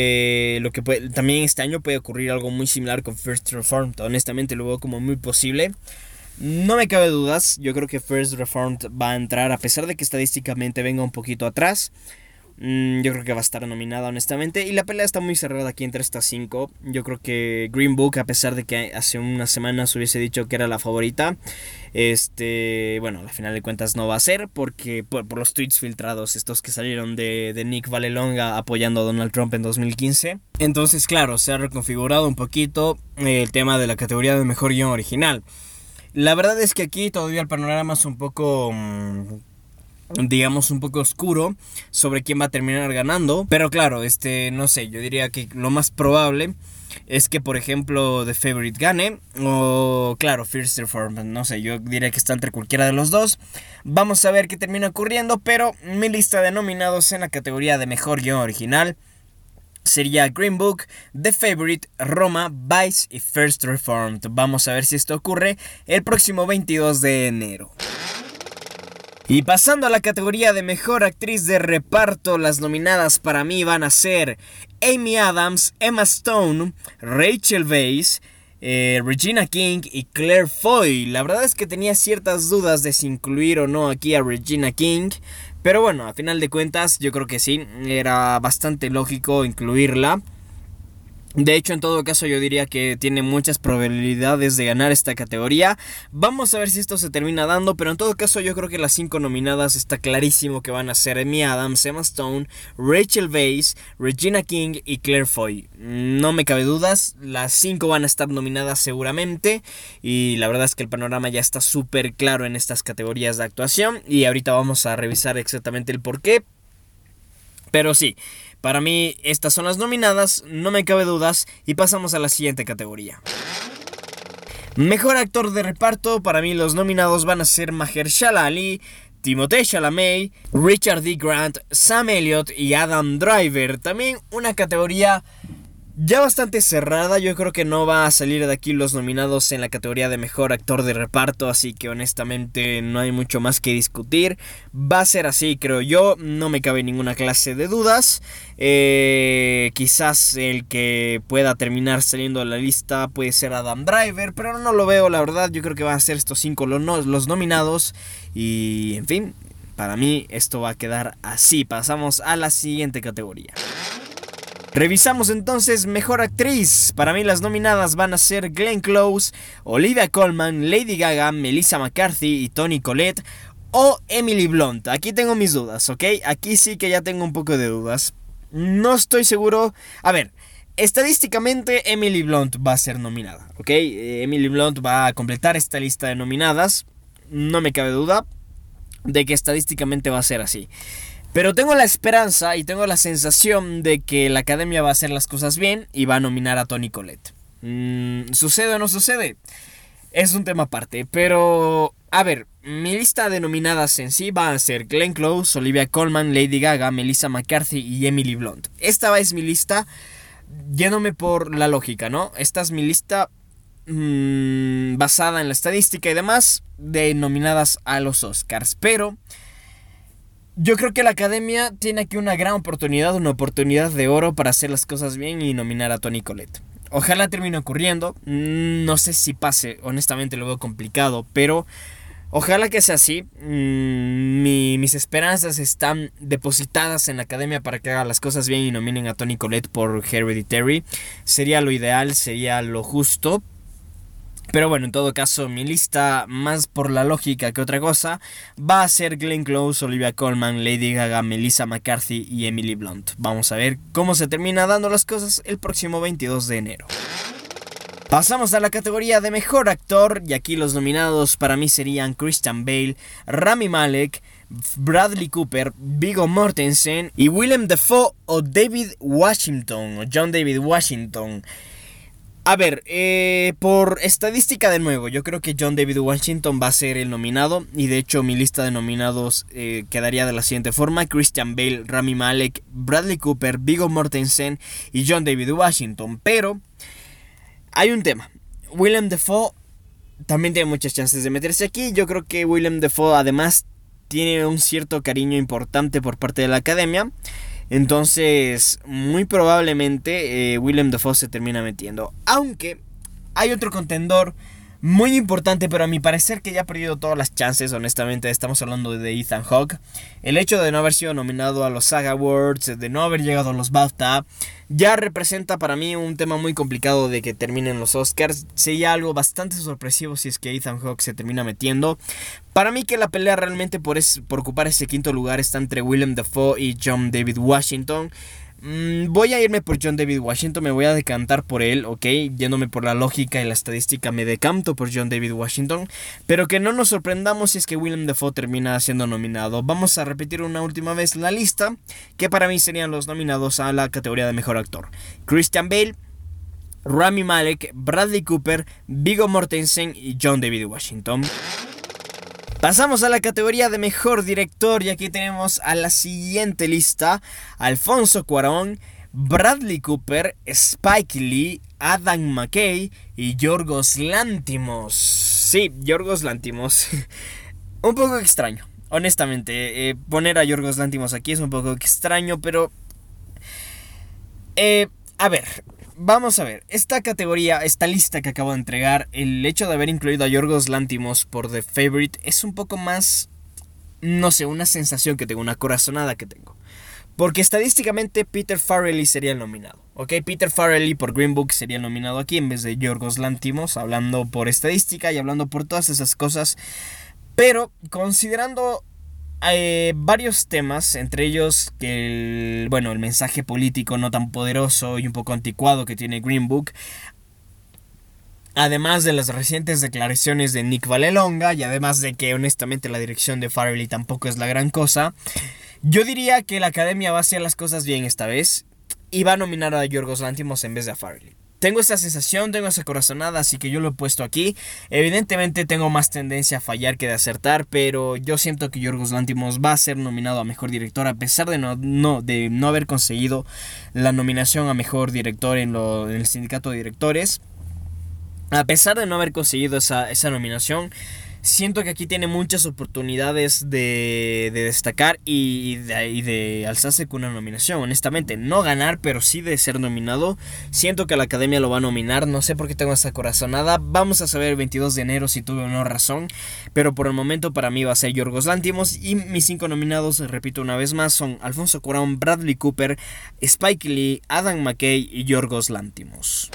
también este año puede ocurrir algo muy similar con First Reformed. Honestamente lo veo como muy posible. No me cabe dudas, yo creo que First Reformed va a entrar, a pesar de que estadísticamente venga un poquito atrás. Yo creo que va a estar nominada, honestamente. Y la pelea está muy cerrada aquí entre estas 5. Yo creo que Green Book, a pesar de que hace unas semanas hubiese dicho que era la favorita, bueno, al final de cuentas no va a ser, porque por los tweets filtrados, estos que salieron de Nick Vallelonga apoyando a Donald Trump en 2015. Entonces, claro, se ha reconfigurado un poquito el tema de la categoría de mejor guión original. La verdad es que aquí todavía el panorama es un poco... digamos un poco oscuro sobre quién va a terminar ganando, pero claro, no sé, yo diría que lo más probable es que por ejemplo The Favorite gane, o claro, First Reformed, no sé, yo diría que está entre cualquiera de los dos. Vamos a ver qué termina ocurriendo, pero mi lista de nominados en la categoría de mejor guión original sería Green Book, The Favorite, Roma, Vice y First Reformed. Vamos a ver si esto ocurre el próximo 22 de enero. Y pasando a la categoría de mejor actriz de reparto, las nominadas para mí van a ser Amy Adams, Emma Stone, Rachel Weisz, Regina King y Claire Foy. La verdad es que tenía ciertas dudas de si incluir o no aquí a Regina King, pero bueno, a final de cuentas yo creo que sí, era bastante lógico incluirla. De hecho, en todo caso yo diría que tiene muchas probabilidades de ganar esta categoría. Vamos a ver si esto se termina dando, pero en todo caso yo creo que las 5 nominadas está clarísimo que van a ser Amy Adams, Emma Stone, Rachel Weisz, Regina King y Claire Foy. No me cabe dudas, las 5 van a estar nominadas seguramente, y la verdad es que el panorama ya está súper claro en estas categorías de actuación, y ahorita vamos a revisar exactamente el porqué. Pero sí, para mí estas son las nominadas, no me cabe dudas, y pasamos a la siguiente categoría. Mejor actor de reparto, para mí los nominados van a ser Mahershala Ali, Timothée Chalamet, Richard D. Grant, Sam Elliott y Adam Driver. También una categoría ya bastante cerrada, yo creo que no va a salir de aquí los nominados en la categoría de mejor actor de reparto, así que honestamente no hay mucho más que discutir. Va a ser así, creo yo, no me cabe ninguna clase de dudas. Quizás el que pueda terminar saliendo de la lista puede ser Adam Driver, pero no lo veo, la verdad. Yo creo que van a ser estos 5 los nominados, y en fin, para mí esto va a quedar así. Pasamos a la siguiente categoría. Revisamos entonces mejor actriz. Para mí las nominadas van a ser Glenn Close, Olivia Colman, Lady Gaga, Melissa McCarthy y Toni Collette, o Emily Blunt. Aquí tengo mis dudas, ¿ok? Aquí sí que ya tengo un poco de dudas. No estoy seguro. A ver, estadísticamente Emily Blunt va a ser nominada, ¿ok? Emily Blunt va a completar esta lista de nominadas. No me cabe duda de que estadísticamente va a ser así. Pero tengo la esperanza y tengo la sensación de que la academia va a hacer las cosas bien y va a nominar a Toni Collette. ¿Sucede o no sucede? Es un tema aparte, pero... A ver, mi lista de nominadas en sí va a ser Glenn Close, Olivia Colman, Lady Gaga, Melissa McCarthy y Emily Blunt. Esta es mi lista yéndome por la lógica, ¿no? Esta es mi lista basada en la estadística y demás de nominadas a los Oscars, pero... yo creo que la academia tiene aquí una gran oportunidad, una oportunidad de oro para hacer las cosas bien y nominar a Toni Collette. Ojalá termine ocurriendo, no sé si pase, honestamente lo veo complicado, pero ojalá que sea así. Mis esperanzas están depositadas en la academia para que haga las cosas bien y nominen a Toni Collette por Hereditary. Sería lo ideal, sería lo justo. Pero bueno, en todo caso, mi lista, más por la lógica que otra cosa, va a ser Glenn Close, Olivia Colman, Lady Gaga, Melissa McCarthy y Emily Blunt. Vamos a ver cómo se termina dando las cosas el próximo 22 de enero. Pasamos a la categoría de mejor actor, y aquí los nominados para mí serían Christian Bale, Rami Malek, Bradley Cooper, Viggo Mortensen y Willem Dafoe o David Washington o John David Washington. A ver, por estadística de nuevo, yo creo que John David Washington va a ser el nominado. Y de hecho mi lista de nominados quedaría de la siguiente forma: Christian Bale, Rami Malek, Bradley Cooper, Viggo Mortensen y John David Washington. Pero hay un tema: Willem Dafoe también tiene muchas chances de meterse aquí. Yo creo que Willem Dafoe además tiene un cierto cariño importante por parte de la academia. Entonces, muy probablemente Willem Dafoe se termina metiendo. Aunque hay otro contendor muy importante, pero a mi parecer que ya ha perdido todas las chances, honestamente. Estamos hablando de Ethan Hawke. El hecho de no haber sido nominado a los SAG Awards, de no haber llegado a los BAFTA, ya representa para mí un tema muy complicado de que terminen los Oscars. Sería algo bastante sorpresivo si es que Ethan Hawke se termina metiendo. Para mí que la pelea realmente por ocupar ese quinto lugar está entre Willem Dafoe y John David Washington. Voy a irme por John David Washington, me voy a decantar por él, ok, yéndome por la lógica y la estadística me decanto por John David Washington, pero que no nos sorprendamos si es que Willem Dafoe termina siendo nominado. Vamos a repetir una última vez la lista, que para mí serían los nominados a la categoría de mejor actor: Christian Bale, Rami Malek, Bradley Cooper, Viggo Mortensen y John David Washington. Pasamos a la categoría de mejor director y aquí tenemos a la siguiente lista: Alfonso Cuarón, Bradley Cooper, Spike Lee, Adam McKay y Yorgos Lanthimos. Sí, Yorgos Lanthimos. Un poco extraño, honestamente. Poner a Yorgos Lanthimos aquí es un poco extraño, pero... a ver... Vamos a ver, esta categoría, esta lista que acabo de entregar, el hecho de haber incluido a Yorgos Lanthimos por The Favourite es un poco más, no sé, una sensación que tengo, una corazonada que tengo. Porque estadísticamente Peter Farrelly sería el nominado, ¿ok? Peter Farrelly por Green Book sería el nominado aquí en vez de Yorgos Lanthimos, hablando por estadística y hablando por todas esas cosas. Pero considerando... varios temas, entre ellos que el mensaje político no tan poderoso y un poco anticuado que tiene Green Book, además de las recientes declaraciones de Nick Vallelonga y además de que honestamente la dirección de Farrelly tampoco es la gran cosa, yo diría que la academia va a hacer las cosas bien esta vez y va a nominar a Yorgos Lanthimos en vez de a Farrelly. Tengo esa sensación, tengo esa corazonada, así que yo lo he puesto aquí. Evidentemente tengo más tendencia a fallar que de acertar, pero yo siento que Yorgos Lanthimos va a ser nominado a Mejor Director a pesar de no haber conseguido la nominación a Mejor Director en el sindicato de directores. A pesar de no haber conseguido esa nominación, siento que aquí tiene muchas oportunidades de destacar y de alzarse con una nominación. Honestamente, no ganar, pero sí de ser nominado. Siento que la academia lo va a nominar. No sé por qué tengo esta corazonada. Vamos a saber el 22 de enero si tuve o no razón. Pero por el momento para mí va a ser Yorgos Lanthimos. Y mis 5 nominados, repito una vez más, son Alfonso Cuarón, Bradley Cooper, Spike Lee, Adam McKay y Yorgos Lanthimos.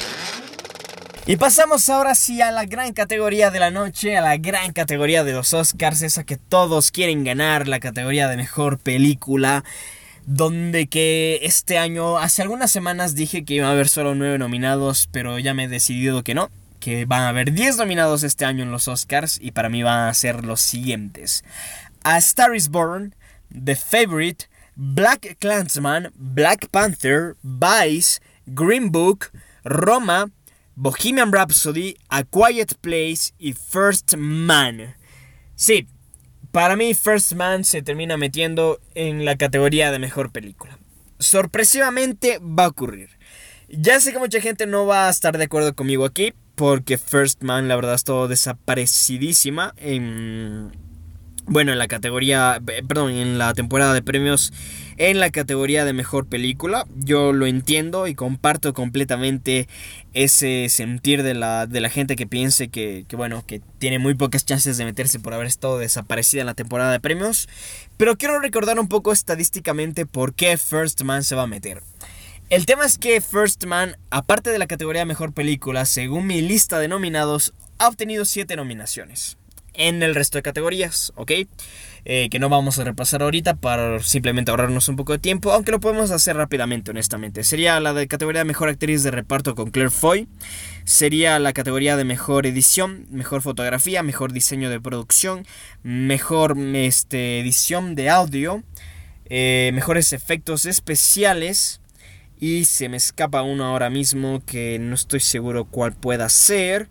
Y pasamos ahora sí a la gran categoría de la noche, a la gran categoría de los Oscars, esa que todos quieren ganar, la categoría de mejor película, donde que este año, hace algunas semanas dije que iba a haber solo 9 nominados, pero ya me he decidido que no, que van a haber 10 nominados este año en los Oscars y para mí van a ser los siguientes: A Star is Born, The Favourite, Black Klansman, Black Panther, Vice, Green Book, Roma, Bohemian Rhapsody, A Quiet Place y First Man. Sí, para mí First Man se termina metiendo en la categoría de mejor película. Sorpresivamente va a ocurrir. Ya sé que mucha gente no va a estar de acuerdo conmigo aquí, porque First Man la verdad es todo desaparecidísima en la categoría, en la temporada de premios, en la categoría de mejor película. Yo lo entiendo y comparto completamente ese sentir de la gente que piense que tiene muy pocas chances de meterse por haber estado desaparecida en la temporada de premios. Pero quiero recordar un poco estadísticamente por qué First Man se va a meter. El tema es que First Man, aparte de la categoría de mejor película, según mi lista de nominados, ha obtenido 7 nominaciones. en el resto de categorías, ¿ok? Que no vamos a repasar ahorita para simplemente ahorrarnos un poco de tiempo, aunque lo podemos hacer rápidamente, honestamente. Sería la de categoría de mejor actriz de reparto con Claire Foy. Sería la categoría de mejor edición, mejor fotografía, mejor diseño de producción, mejor edición de audio, mejores efectos especiales. Y se me escapa uno ahora mismo que no estoy seguro cuál pueda ser.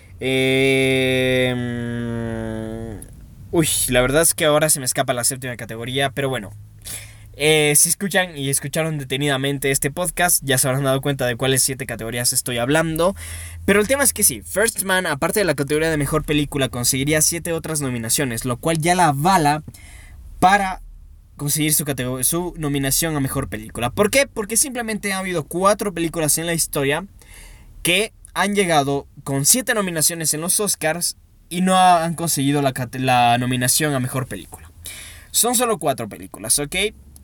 La verdad es que ahora se me escapa la séptima categoría, pero bueno. Si escuchan y escucharon detenidamente este podcast, ya se habrán dado cuenta de cuáles 7 categorías estoy hablando. Pero el tema es que sí, First Man, aparte de la categoría de mejor película, conseguiría 7 otras nominaciones, lo cual ya la avala para conseguir su nominación a mejor película. ¿Por qué? Porque simplemente ha habido 4 películas en la historia que han llegado con 7 nominaciones en los Oscars y no han conseguido la nominación a mejor película. Son solo 4 películas, ¿ok?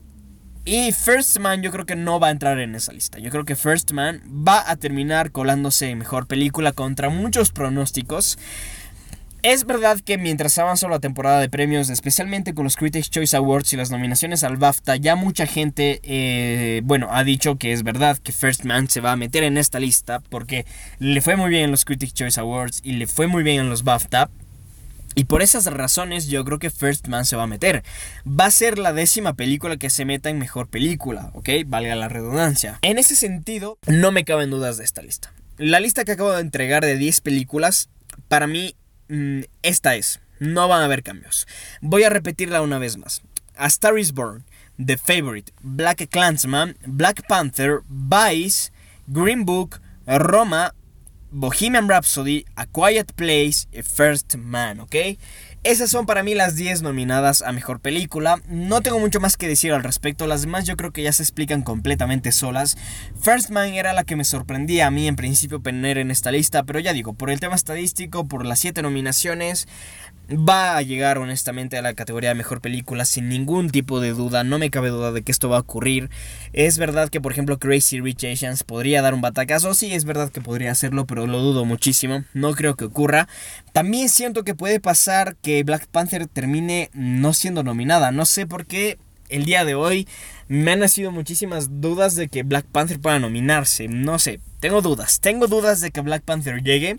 Y First Man yo creo que no va a entrar en esa lista. Yo creo que First Man va a terminar colándose en mejor película contra muchos pronósticos. Es verdad que mientras avanzó la temporada de premios, especialmente con los Critics' Choice Awards y las nominaciones al BAFTA, ya mucha gente ha dicho que es verdad que First Man se va a meter en esta lista porque le fue muy bien en los Critics' Choice Awards y le fue muy bien en los BAFTA. Y por esas razones yo creo que First Man se va a meter. Va a ser la 10ª película que se meta en mejor película, ¿ok? Valga la redundancia. En ese sentido, no me caben dudas de esta lista. La lista que acabo de entregar de 10 películas, para mí, esta es. No van a haber cambios. Voy a repetirla una vez más. A Star is Born, The Favourite, Black Klansman, Black Panther, Vice, Green Book, Roma, Bohemian Rhapsody, A Quiet Place y First Man, ¿ok? Esas son para mí las 10 nominadas a mejor película. No tengo mucho más que decir al respecto. Las demás yo creo que ya se explican completamente solas. First Man era la que me sorprendía a mí en principio poner en esta lista, pero ya digo, por el tema estadístico, por las 7 nominaciones, va a llegar honestamente a la categoría de mejor película sin ningún tipo de duda. No me cabe duda de que esto va a ocurrir. Es verdad que por ejemplo Crazy Rich Asians podría dar un batacazo. Sí, es verdad que podría hacerlo, pero lo dudo muchísimo. No creo que ocurra. También siento que puede pasar que Black Panther termine no siendo nominada. No sé por qué el día de hoy me han nacido muchísimas dudas de que Black Panther pueda nominarse. No sé, tengo dudas de que Black Panther llegue.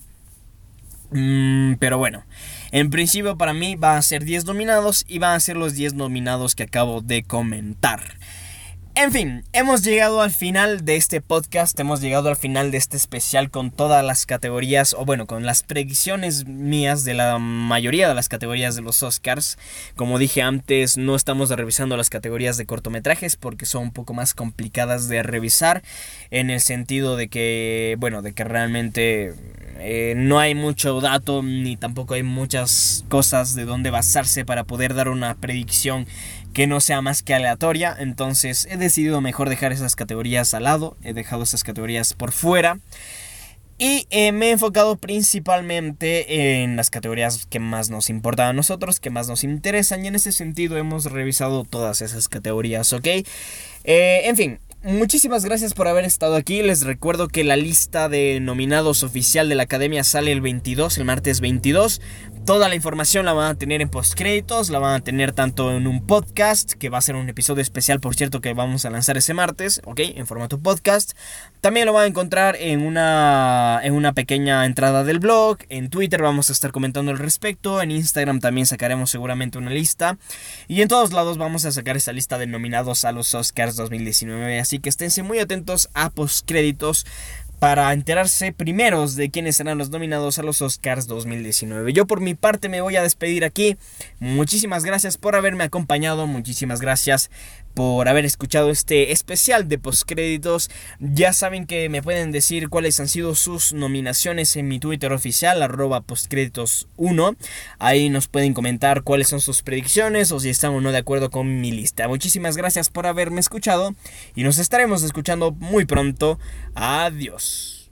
Pero bueno, en principio para mí van a ser 10 nominados y van a ser los 10 nominados que acabo de comentar. En fin, hemos llegado al final de este podcast, hemos llegado al final de este especial con todas las categorías, o bueno, con las predicciones mías de la mayoría de las categorías de los Oscars. Como dije antes, no estamos revisando las categorías de cortometrajes porque son un poco más complicadas de revisar, en el sentido de que, de que realmente no hay mucho dato ni tampoco hay muchas cosas de donde basarse para poder dar una predicción que no sea más que aleatoria. Entonces he decidido mejor dejar esas categorías al lado, he dejado esas categorías por fuera y me he enfocado principalmente en las categorías que más nos importan a nosotros, que más nos interesan, y en ese sentido hemos revisado todas esas categorías, ¿ok? En fin, muchísimas gracias por haber estado aquí. Les recuerdo que la lista de nominados oficial de la Academia sale el martes 22. Toda la información la van a tener en postcréditos, la van a tener tanto en un podcast, que va a ser un episodio especial, por cierto, que vamos a lanzar ese martes, ¿ok? En formato podcast. También lo van a encontrar en una pequeña entrada del blog. En Twitter vamos a estar comentando al respecto. En Instagram también sacaremos seguramente una lista. Y en todos lados vamos a sacar esa lista de nominados a los Oscars 2019. Así que esténse muy atentos a postcréditos para enterarse primeros de quiénes serán los nominados a los Oscars 2019. Yo por mi parte me voy a despedir aquí. Muchísimas gracias por haberme acompañado. Muchísimas gracias por haber escuchado este especial de postcréditos. Ya saben que me pueden decir cuáles han sido sus nominaciones en mi Twitter oficial, @postcréditos1. Ahí nos pueden comentar cuáles son sus predicciones o si están o no de acuerdo con mi lista. Muchísimas gracias por haberme escuchado y nos estaremos escuchando muy pronto. Adiós.